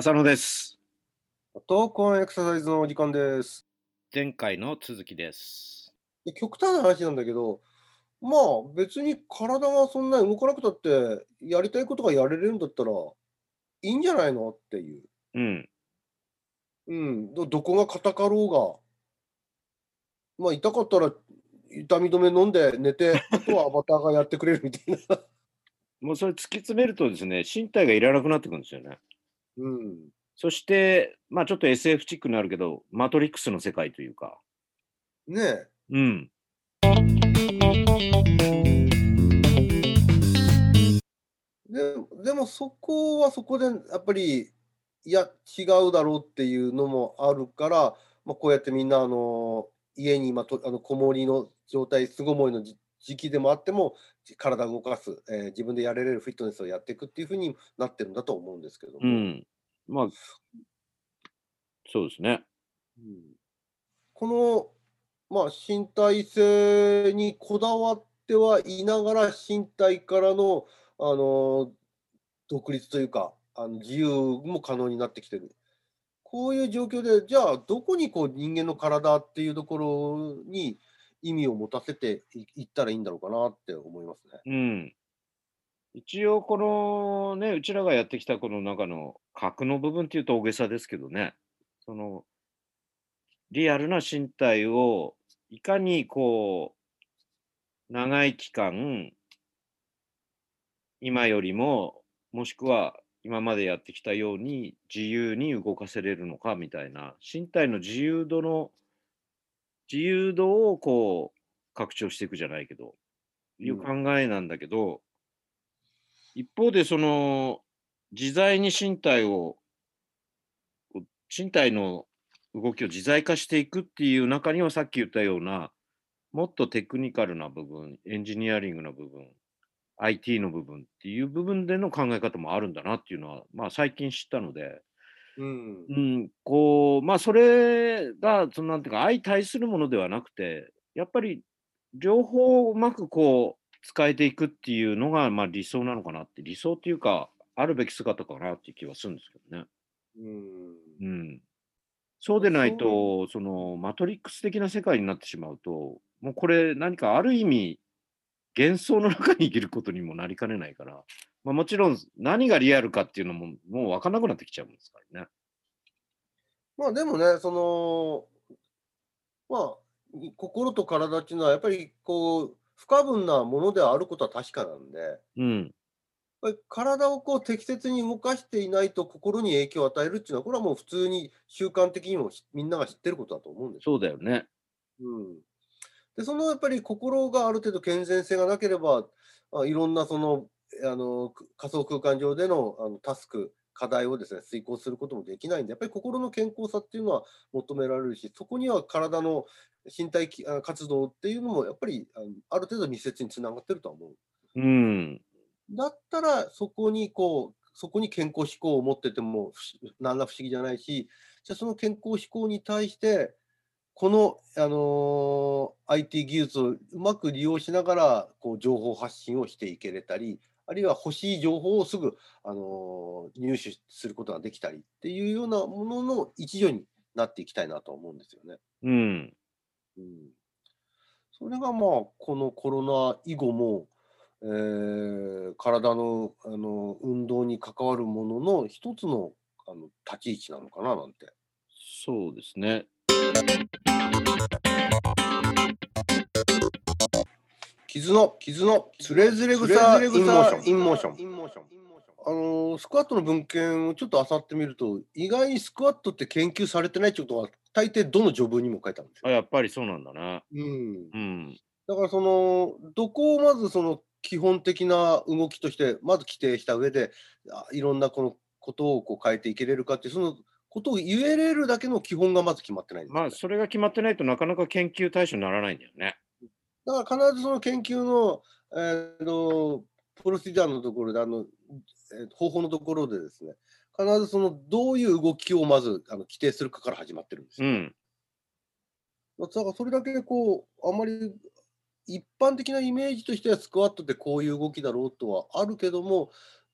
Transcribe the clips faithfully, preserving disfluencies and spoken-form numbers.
浅野です。 トークオンエクササイズのお時間です。 前回の続きです。 で、極端な話なんだけど、まあ、別に体がそんなに動かなくたって、やりたいことがやれるんだったら、いいんじゃないのっていう。 うん。 うん、どどこが硬かろうが、まあ、痛かったら痛み止め飲んで寝て、あとはアバターがやってくれるみたいな。 もうそれ突き詰めるとですね、身体がいらなくなってくるんですよね。 うん。 そして、まあちょっと エスエフ チックになるけど、マトリックスの世界というか。 ねえ。 うん。 ででもそこはそこでやっぱり、いや、違うだろうっていうのもあるから、ま、こうやってみんなあの、家に今とあの、こもりの状態、巣ごもりのじ時期でもあっても、じ体を動かす、ええ、自分でやれれるフィットネスをやっていくっていう風になってるんだと思うんですけども。 うん。まあ、そうですね。 うん。この、まあ、身体性にこだわってはいながら、身体からのあの、独立というか、あの、自由も可能になってきてる。こういう状況で、じゃあ、どこにこう人間の体っていうところに意味を持たせていいったらいいんだろうかなって思いますね。 うん。一応このね、うちらがやってきたこの中の核の部分っていうと大げさですけどね、そのリアルな身体をいかにこう長い期間今よりも、もしくは今までやってきたように自由に動かせれるのかみたいな、身体の自由度の自由度をこう拡張していくじゃないけど、いう考うん。 えなんだけど、一方でその自在に身体をこう身体の動きを自在化していくっていう中には、さっき言ったような、もっとテクニカルな部分、エンジニアリングの部分、アイティー の部分っていう部分での考え方もあるんだなっていうのは、まあ、最近知ったので、 うん。 うん、こう、まあ、それが、そのなんていうか、相対するものではなくて、やっぱり両方をうまくこう使えていくっていうのが、まあ、理想なのかなって、理想っていうか、あるべき姿かなっていう気はするんですけどね。 うん。 うん。そうでないそういうと、そのマトリックス的な世界になってしまうと、もうこれ何かある意味幻想の中に生きることにもなりかねないから、まあ、もちろん何がリアルかっていうのも、もう分かんなくなってきちゃうんですからね。 まあ、でもね、その、まあ、い心と体っていうのはやっぱりこう、不可分なものではあることは確かなんで、 うん、 ぱり体をこう適切に動かしていないと心に影響を与えるっていうのは、これはもう普通に習慣的にもしみんなが知ってることだと思うんですそうよね。 だよね。 うん。で、そのやっぱり心がある程度健全性がなければ、あ、いろんなその、あの、く仮想空間上でのあのタスク、課題をですね、遂行することもできないんで、やっぱり心の健康さっていうのは求められるし、そこには体の身体きあ、活動っていうのもやっぱり、あの、ある程度密接に繋がってるとは思う。 うん、 だったら、そこにこう、そこに健康志向を持ってても、ふしなんら不思議じゃないし、じゃ、その健康志向に対して、この、あの、アイティー 技術をうまく利用しながら、こう情報発信をしていけれたり、あるいは欲しい情報をすぐ、あの、入手することができたりっていうようなものの一助になっていきたいなとは思うんですよね。 うん、 うん。それがまあ、このコロナ以後も、えー体のあの、運動に関わるものの一つのあの、立ち位置なのかななんて。 そうですね。 傷の傷のつれづれつれづ草れインモーション。 草インモーション。 あの、スクワットの文献をちょっと漁ってみると、意外にスクワットって研究されてないってことは、大抵どの序文にも書いてあるんですあ、 よ。 やっぱりそうなんだな。 うん。 うん、 だからその、どこをまずその基本的な動きとして、まず規定した上で、あ、いろんなこのことをこう変えていけれるかっていう、そのことを言えれるだけの基本がまず決まってないんですまあ、 よね。 それが決まってないとなかなか研究対象にならないんだよね。 だから必ずその研究の、えっと、プロシジャーのところで、あの、えー方法のところでですね、必ずそのどういう動きをまずあの規定するかから始まってるんですよね。 うん、 だからそれだけこう、あまり一般的なイメージとしてはスクワットってこういう動きだろうとはあるけども、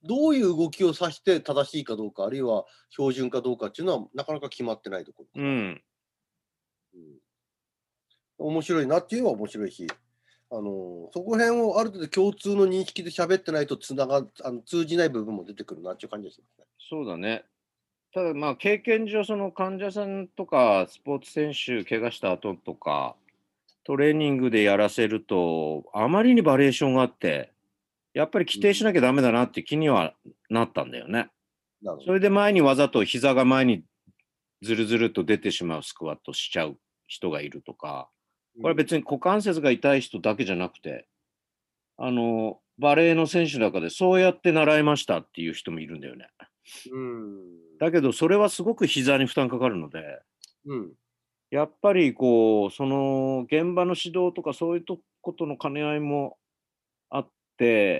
どういう動きを指して正しいかどうか、あるいは標準かどうかっていうのは、なかなか決まってないところかな。 うん。 うん。面白いなっていうのは面白いし、あの、そこら辺をある程度共通の認識で喋ってないとつながあの、通じない部分も出てくるなっていう感じがしますね。 そうだね。ただまあ経験上、その患者さんとかスポーツ選手、怪我した後とか、トレーニングでやらせると、あまりにバリエーションがあって、やっぱり規定しなきゃダメだなって気にはなったんだよね。 なるほど。 それで前にわざと膝が前にずるずると出てしまうスクワットしちゃう人がいるとか、これは別に股関節が痛い人だけじゃなくて、あの、バレエの選手の中でそうやって習いましたっていう人もいるんだよね。 うん。 だけどそれはすごく膝に負担かかるので、 うん。 やっぱりこう、その現場の指導とかそういうとことの兼ね合いもあって、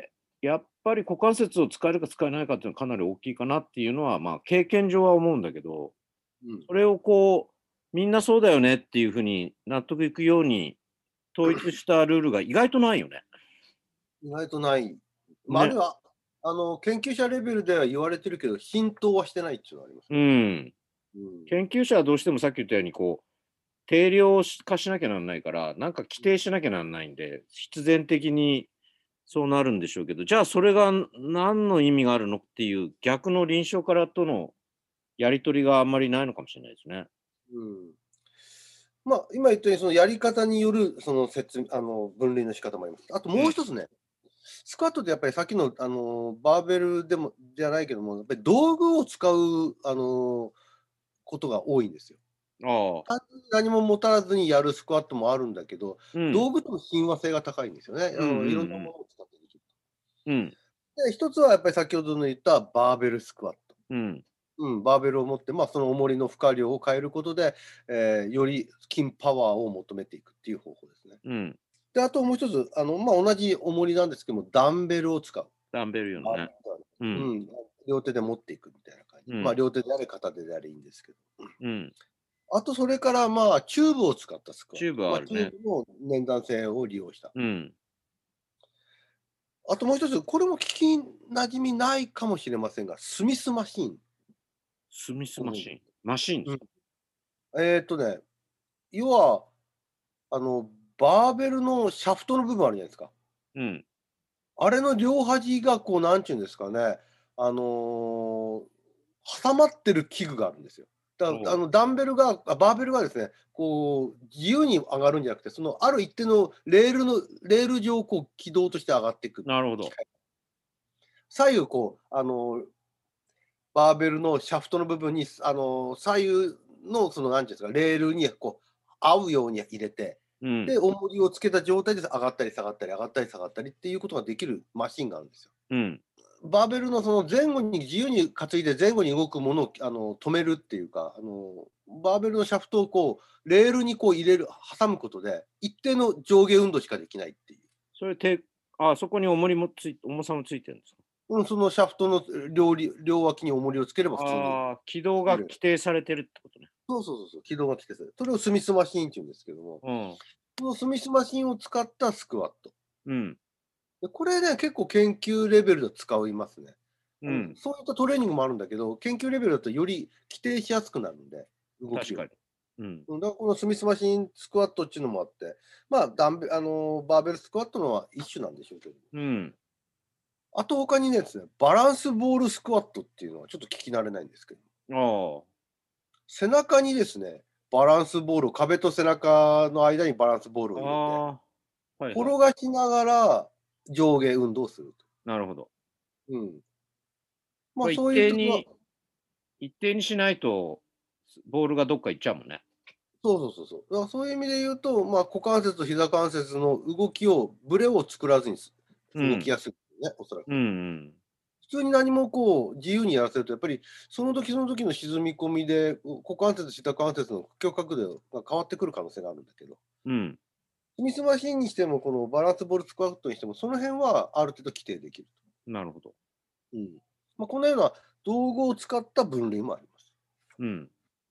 やっぱり股関節を使えるか使えないかっていうのはかなり大きいかなっていうのは、まあ経験上は思うんだけど、 うん。 それをこう、みんなそうだよねっていうふうに納得いくように統一したルールが意外とないよね。 意外とない。まあ、あるいね。 は、あの、研究者レベルでは言われてるけど、浸透はしてないっていうのはありますうね。 ん。 うん。 研究者はどうしてもさっき言ったようにこう、定量化しなきゃなんないから、なんか規定しなきゃなんないんで、必然的にそうなるんでしょうけど、じゃあそれが何の意味があるのっていう逆の臨床からとのやり取りがあんまりないのかもしれないですね。 うん。まあ、今言ったように、そのやり方による、その説あの、分類の仕方もあります。あともう一つね、スクワットってやっぱりさっきの、あの、バーベルでもじゃないけども、やっぱり道具を使う、あの、ことが多いんですよ。 うん。ああ。 単に何も持たらずにやるスクワットもあるんだけど、 うん。 道具との親和性が高いんですよね。 うんうんあの、いろんなうん。 ものを使ってできる。 うん。 で、一つはやっぱり先ほどの言ったバーベルスクワット。 うん。 うん、バーベルを持って、まあ、その重りの負荷量を変えることで、えーより筋パワーを求めていくっていう方法ですね。 うん。 で、あともう一つ、あの、まあ、同じ重りなんですけども、ダンベルを使う。 ダンベルよバーベね。 ルではなくうん。 うん、両手で持っていくみたいな感じ。まあ、 うん。 両手であれ片手であれいいんですけど。 うん。 あとそれから、まあ、チューブを使ったスクワッチューブト。まあ、 はあるね。 チューブの粘弾性を利用した。 うん。 あともう一つ、これも聞き馴染みないかもしれませんが、スミスマシン。 スミスご存知マシン。マシンでうん。 すか？ えっとね、要は、あの、バーベルのシャフトの部分あるじゃないですか。 うん。 あれの両端がこう、なんちゅうんですかね、あの、挟まってる器具があるんですよ。だおう。 あの、ダンベルがあ、バーベルがですね、こう、自由に上がるんじゃなくて、その、ある一定のレールのレール上、こう、軌道として上がっていくなるほど。 機械。左右こう、あの、バーベルのシャフトの部分に、あの、左右のその、なんていうんですか、レールにこう、合うように入れて、 うん。 で、重りをつけた状態で上がったり下がったり、上がったり下がったりっていうことができるマシンがあるんですよ。 うん。 バーベルのその前後に自由に担いで前後に動くものをあの止めるっていうか、あのバーベルのシャフトをこうレールにこう入れる、挟むことで、一定の上下運動しかできないっていう。 それてあ、そこに重りもつい重さもついてるんですか？ うん、そのシャフトの両り両脇に重りをつければ普通にああ、軌道が入れる。 規定されてるってことね。 そうそうそうそう、軌道が来てそれ。それをスミスマシーンって言うんですけども、 うん。 そのスミスマシーンを使ったスクワット。 うん。 で、これね、結構研究レベルで使いますね。あの、 うん。 そういったトレーニングもあるんだけど、研究レベルだとより規定しやすくなるんで、動きを。 確かに。うん。 うん、だからこのスミスマシンスクワットっていうのもあって、まあ、ダンベあの、バーベルスクワットのは一種なんでしょうけど。 うん。 あと他にねですね、バランスボールスクワットっていうのはちょっと聞き慣れないんですけど、 ああ。 背中にですね、バランスボールを壁と背中の間にバランスボールあを入れて、 あ。はいはい。 転がしながら上下運動すると。 なるほど。 うん。まあ、 これ一そういうとこは定に一定にしないと、ボールがどっか行っちゃうもんね。 そうそうそうそう。だからそういう意味で言うと、まあ、股関節と膝関節の動きをブレを作らずにすうん。 動きやすいね、おそらく。 うんうん。 普通に何もこう自由にやらせると、やっぱりその時その時の沈み込みで、こ股関節、膝関節の屈曲角度が変わってくる可能性があるんだけど、 うん。 スミスマシンにしても、このバランスボールスクワットにしても、その辺はある程度規定できるなるほど。 と。うん。まあ、このような道具を使った分類もあります。 うん。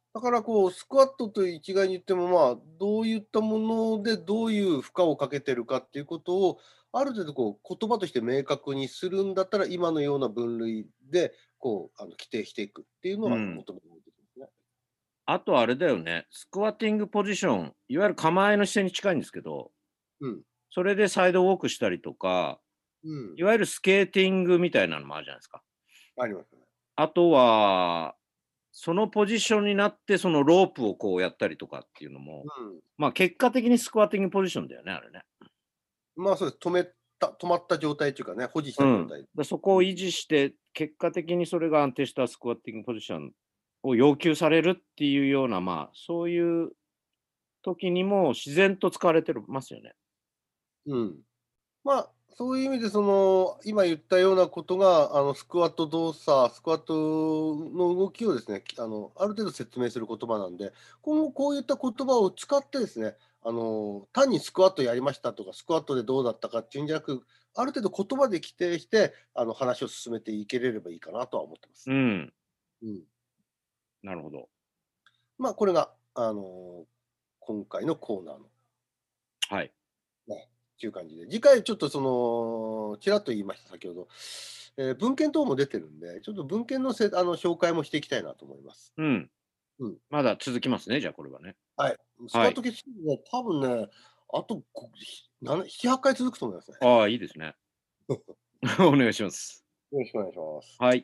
だからこう、スクワットと一概に言っても、まあ、どういったもので、どういう負荷をかけてるかっていうことを、ある程度こう、言葉として明確にするんだったら、今のような分類で、こう、あの、規定していくっていうのはうん。 求められてきますね。 あとあれだよね、スクワッティングポジション、いわゆる構えの姿勢に近いんですけど、 うん、 それでサイドウォークしたりとか、 うん、 いわゆるスケーティングみたいなのもあるじゃないですか。 ありますね。 あとは、そのポジションになって、そのロープをこうやったりとかっていうのも、 うん。 まあ、結果的にスクワッティングポジションだよね、あれね。 まあ、そうです。止めた止まった状態っていうかね、保持しうん。 た状態。 で、そこを維持して、結果的にそれが安定したスクワッティングポジションを要求されるっていうような、まあ、そういう時にも自然と使われてるますよね。 うん。まあ、そういう意味で、その、今言ったようなことが、あの、スクワット動作、スクワットの動きをですね、きあの、ある程度説明する言葉なんで、今後こういった言葉を使ってですね、あの、単にスクワットやりましたとか、スクワットでどうだったかっていうんじゃなく、ある程度言葉で規定して、あの、話を進めていけれればいいかなとは思ってます。 うん、 うん。 なるほど。 まあ、これが、あの、今回のコーナーのはい。 ね、っていう感じで、次回ちょっとその、ちらっと言いました、先ほど。えー文献等も出てるんで、ちょっと文献のせあの、紹介もしていきたいなと思います。 うん。 うん。 まだ続きますね、じゃあこれはね。 はい。スクはい。 ワット決心ね、多分ね、あと、こひなな、なな、はちかい続くと思いますね。 ああ、いいですね。お願いします。 よろしくお願いします。 はい。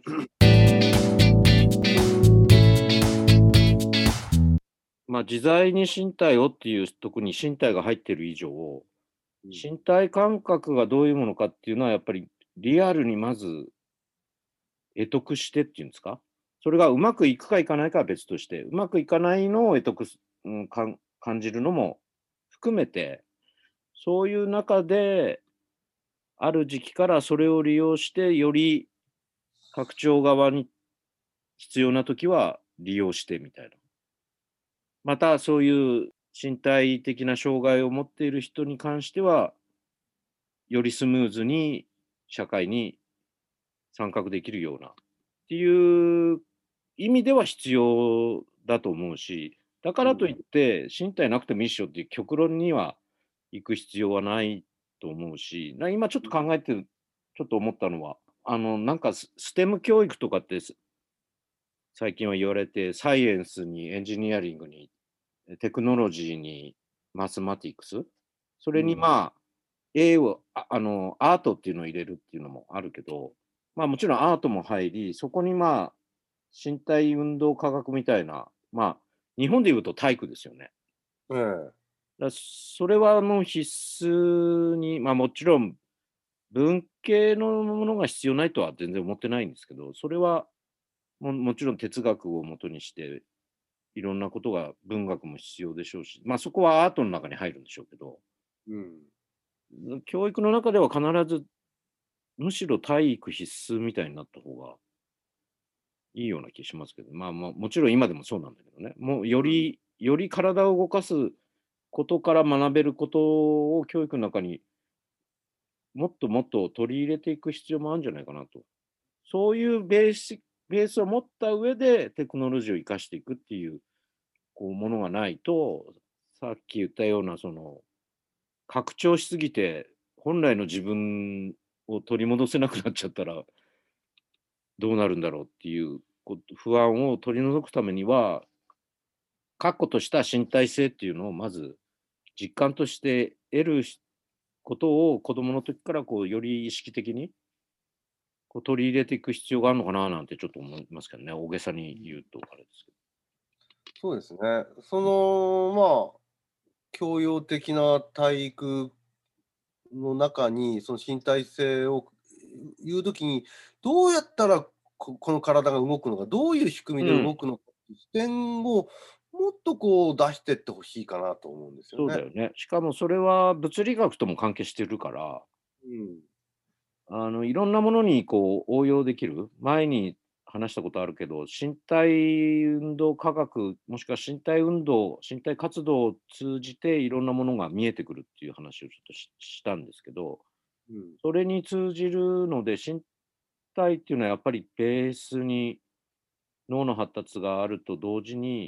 まあ、自在に身体をっていうとこに身体が入っている以上、 うん。 身体感覚がどういうものかっていうのはやっぱりリアルにまず得得してっていうんですか、それがうまくいくかいかないかは別として、うまくいかないのを得得すうん、かん感じるのも含めて、そういう中で、ある時期からそれを利用して、より拡張側に必要な時は利用してみたいな。またそういう身体的な障害を持っている人に関しては、よりスムーズに社会に参画できるようなっていう意味では必要だと思うし、だかうん。 らといって身体なくてもいいっしょっていう極論には行く必要はないと思うし、な今ちょっと考えてるちょっと思ったのは、あの、なんかスステム教育とかってす最近は言われて、サイエンスにエンジニアリングに、テクノロジーにマスマティックス、それに、 うん。 まあ、絵を、ああの、アートっていうのを入れるっていうのもあるけど、まあ、もちろんアートも入り、そこに、まあ、身体運動科学みたいな、まあ、日本で言うと体育ですよね。 ええ。 だ、それは、あの、必須に、まあ、もちろん文系のものが必要ないとは全然思ってないんですけど、それは、ももちろん哲学をもとにしていろんなことが文学も必要でしょうし、まあ、そこはアートの中に入るんでしょうけど、 うん。 教育の中では必ず、むしろ体育必須みたいになった方がいいような気しますけど、まあまあ、もちろん今でもそうなんだけどね。もうようん。 りより体を動かすことから学べることを教育の中にもっともっと取り入れていく必要もあるんじゃないかなと。そういうベーシベースを持った上でテクノロジーを生かしていくっていう、こうものがないと、さっき言ったようなその拡張しすぎて、本来の自分を取り戻せなくなっちゃったら、どうなるんだろうっていう、こ不安を取り除くためには、確固とした身体性っていうのをまず実感として得るしことを子供の時からこうより意識的にこう取り入れていく必要があるのかななんてちょっと思いますけどね、大げさに言うとあれですけど。 そうですね。その、まあ、教養的な体育の中に、その身体性を言うときに、どうやったらここの体が動くのか、どういう仕組みでうん、 動くのかっていう視点をもっとこう出してってほしいかなと思うんですよね。 そうだよね。しかもそれは物理学とも関係してるから、 うん。 あの、いろんなものにこう応用できる。前に話したことあるけど、身体運動科学、もしくは身体運動、身体活動を通じていろんなものが見えてくるっていう話をちょっとししたんですけど、 うん。 それに通じるので、身体っていうのはやっぱりベースに脳の発達があると同時に、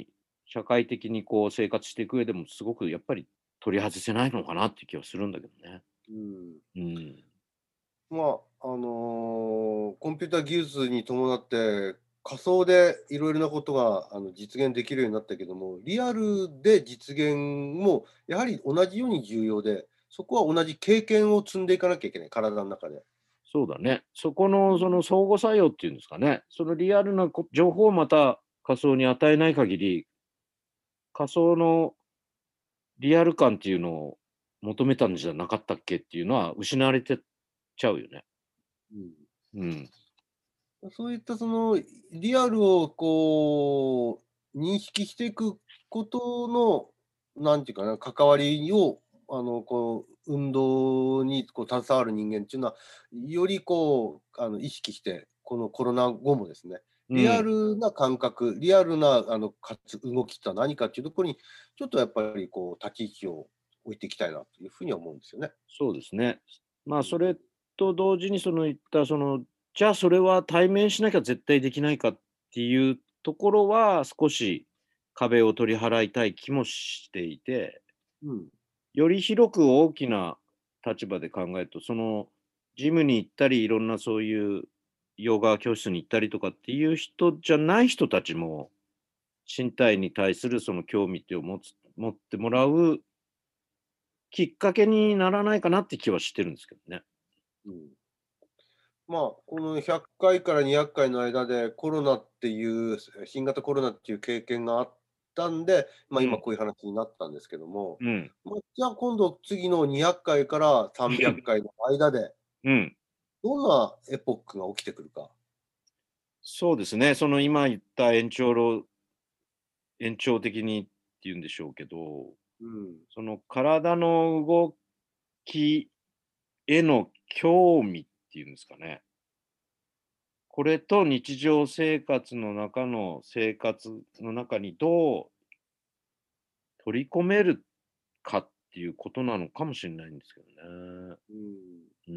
社会的にこう生活していく上でもすごくやっぱり取り外せないのかなっていう気はするんだけどね。 うん。 うん。 まあ、あの、コンピューター技術に伴って、仮想でいろいろなことが、あの、実現できるようになったけども、リアルで実現もやはり同じように重要で、そこは同じ経験を積んでいかなきゃいけない、体の中で。 そうだね。そこのその相互作用っていうんですかね。そのリアルなこ情報をまた仮想に与えない限り、仮想のリアル感っていうのを求めたんじゃなかったっけっていうのは失われてちゃうよね。 うん。 うん。 そういったそのリアルをこう認識していくことの、なんていうかな、関わりを、あの、こう運動にこう携わる人間っていうのは、よりこう、あの、意識して、このコロナ後もですね、リアうん。 ルな感覚、リアルなあの、かつ動きとは何かっていうところに、ちょっとやっぱりこう立ち位置を置いていきたいなというふうには思うんですよね。 そうですね。まあ、 うん。 それと同時にその言ったその、じゃあそれは対面しなきゃ絶対できないかっていうところは、少し壁を取り払いたい気もしていて、 うん。 より広く大きな立場で考えると、そのジムに行ったり、いろんなそういうヨガ教室に行ったりとかっていう人じゃない人たちも、身体に対するその興味っていうを持つ持ってもらうきっかけにならないかなって気はしてるんですけどね。 うん。まあ、このひゃっかいからにひゃっかいの間で、コロナっていう、新型コロナっていう経験があったんで、まあ、今うん、 こういう話になったんですけども、 うん、 まあ、じゃあ今度次のにひゃっかいからさんびゃっかいの間で、 うん。 どんなエポックが起きてくるか。 そうですね。その今言った延長ろ延長的にっていうんでしょうけど、 うん。 その体の動きへの興味っていうんですかね。これと日常生活の中の生活の中にどう取り込めるかっていうことなのかもしれないんですけどね。 うん。 うん。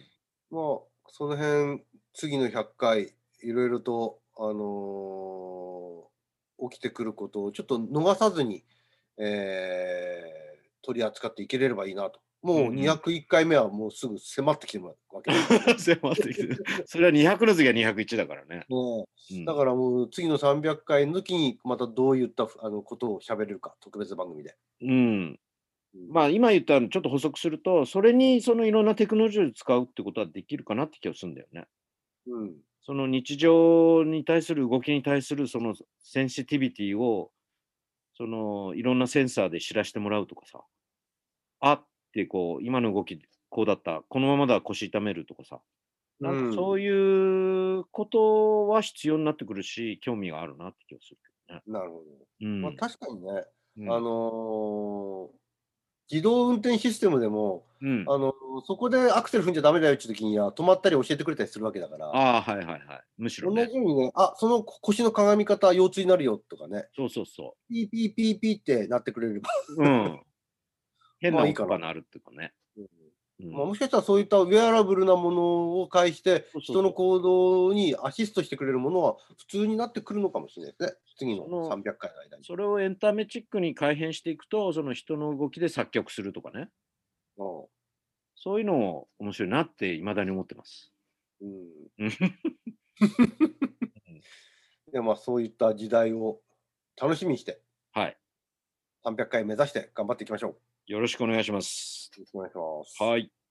まあ、その辺、次のひゃっかい、いろいろと、あの、起きてくることをちょっと逃さずに、えー取り扱っていけれればいいなと。もううんうん。 にひゃくいっかいめはもうすぐ迫ってきてるわけですからね。 迫ってきてる。それはにひゃくの次はにひゃくいちだからね。 ねえ。 うん。 だからもう次のさんびゃっかいの時に、またどういったふあのことを喋れるか、特別番組で。 うん。 うん。 まあ、今言ったのちょっと補足すると、それにそのいろんなテクノロジーを使うってことはできるかなって気がするんだよね。 うん。 その日常に対する動きに対するそのセンシティビティを、そのいろんなセンサーで知らしてもらうとかさ、あってこう、今の動きこうだった、このままだ腰痛めるとかさ、 うなんかそうん。 いうことは必要になってくるし、興味があるなって気がするけどね。 なるほど。まあ、 うん。 確かにね、あうん。 の自動運転システムでも、 うん。 あの、そこでアクセル踏んじゃダメだよっていう時には、止まったり教えてくれたりするわけだから、 ああ、はいはいはい。むしろ同ね。 じようにね、あ、その腰のかがみ方、腰痛になるよとかね、 そうそうそピーピーピーピーってなってくれれば、 う。うん。変なまあいいかな。 音が鳴るっていうかね。 うん。まあ、 うん。 もしかしたらそういったウェアラブルなものを介して、 そうそうそう。 人の行動にアシストしてくれるものは普通になってくるのかもしれないですね。次のその、 さんびゃっかいの間に。 それをエンタメチックに改変していくと、その人の動きで作曲するとかね。 うん。 そういうのも面白いなって未だに思ってます。 うん。 うん。 で、まあ、そういった時代を楽しみにして、 はい。 さんびゃっかい目指して頑張っていきましょう。 よろしくお願いします。 よろしくお願いします。 はい。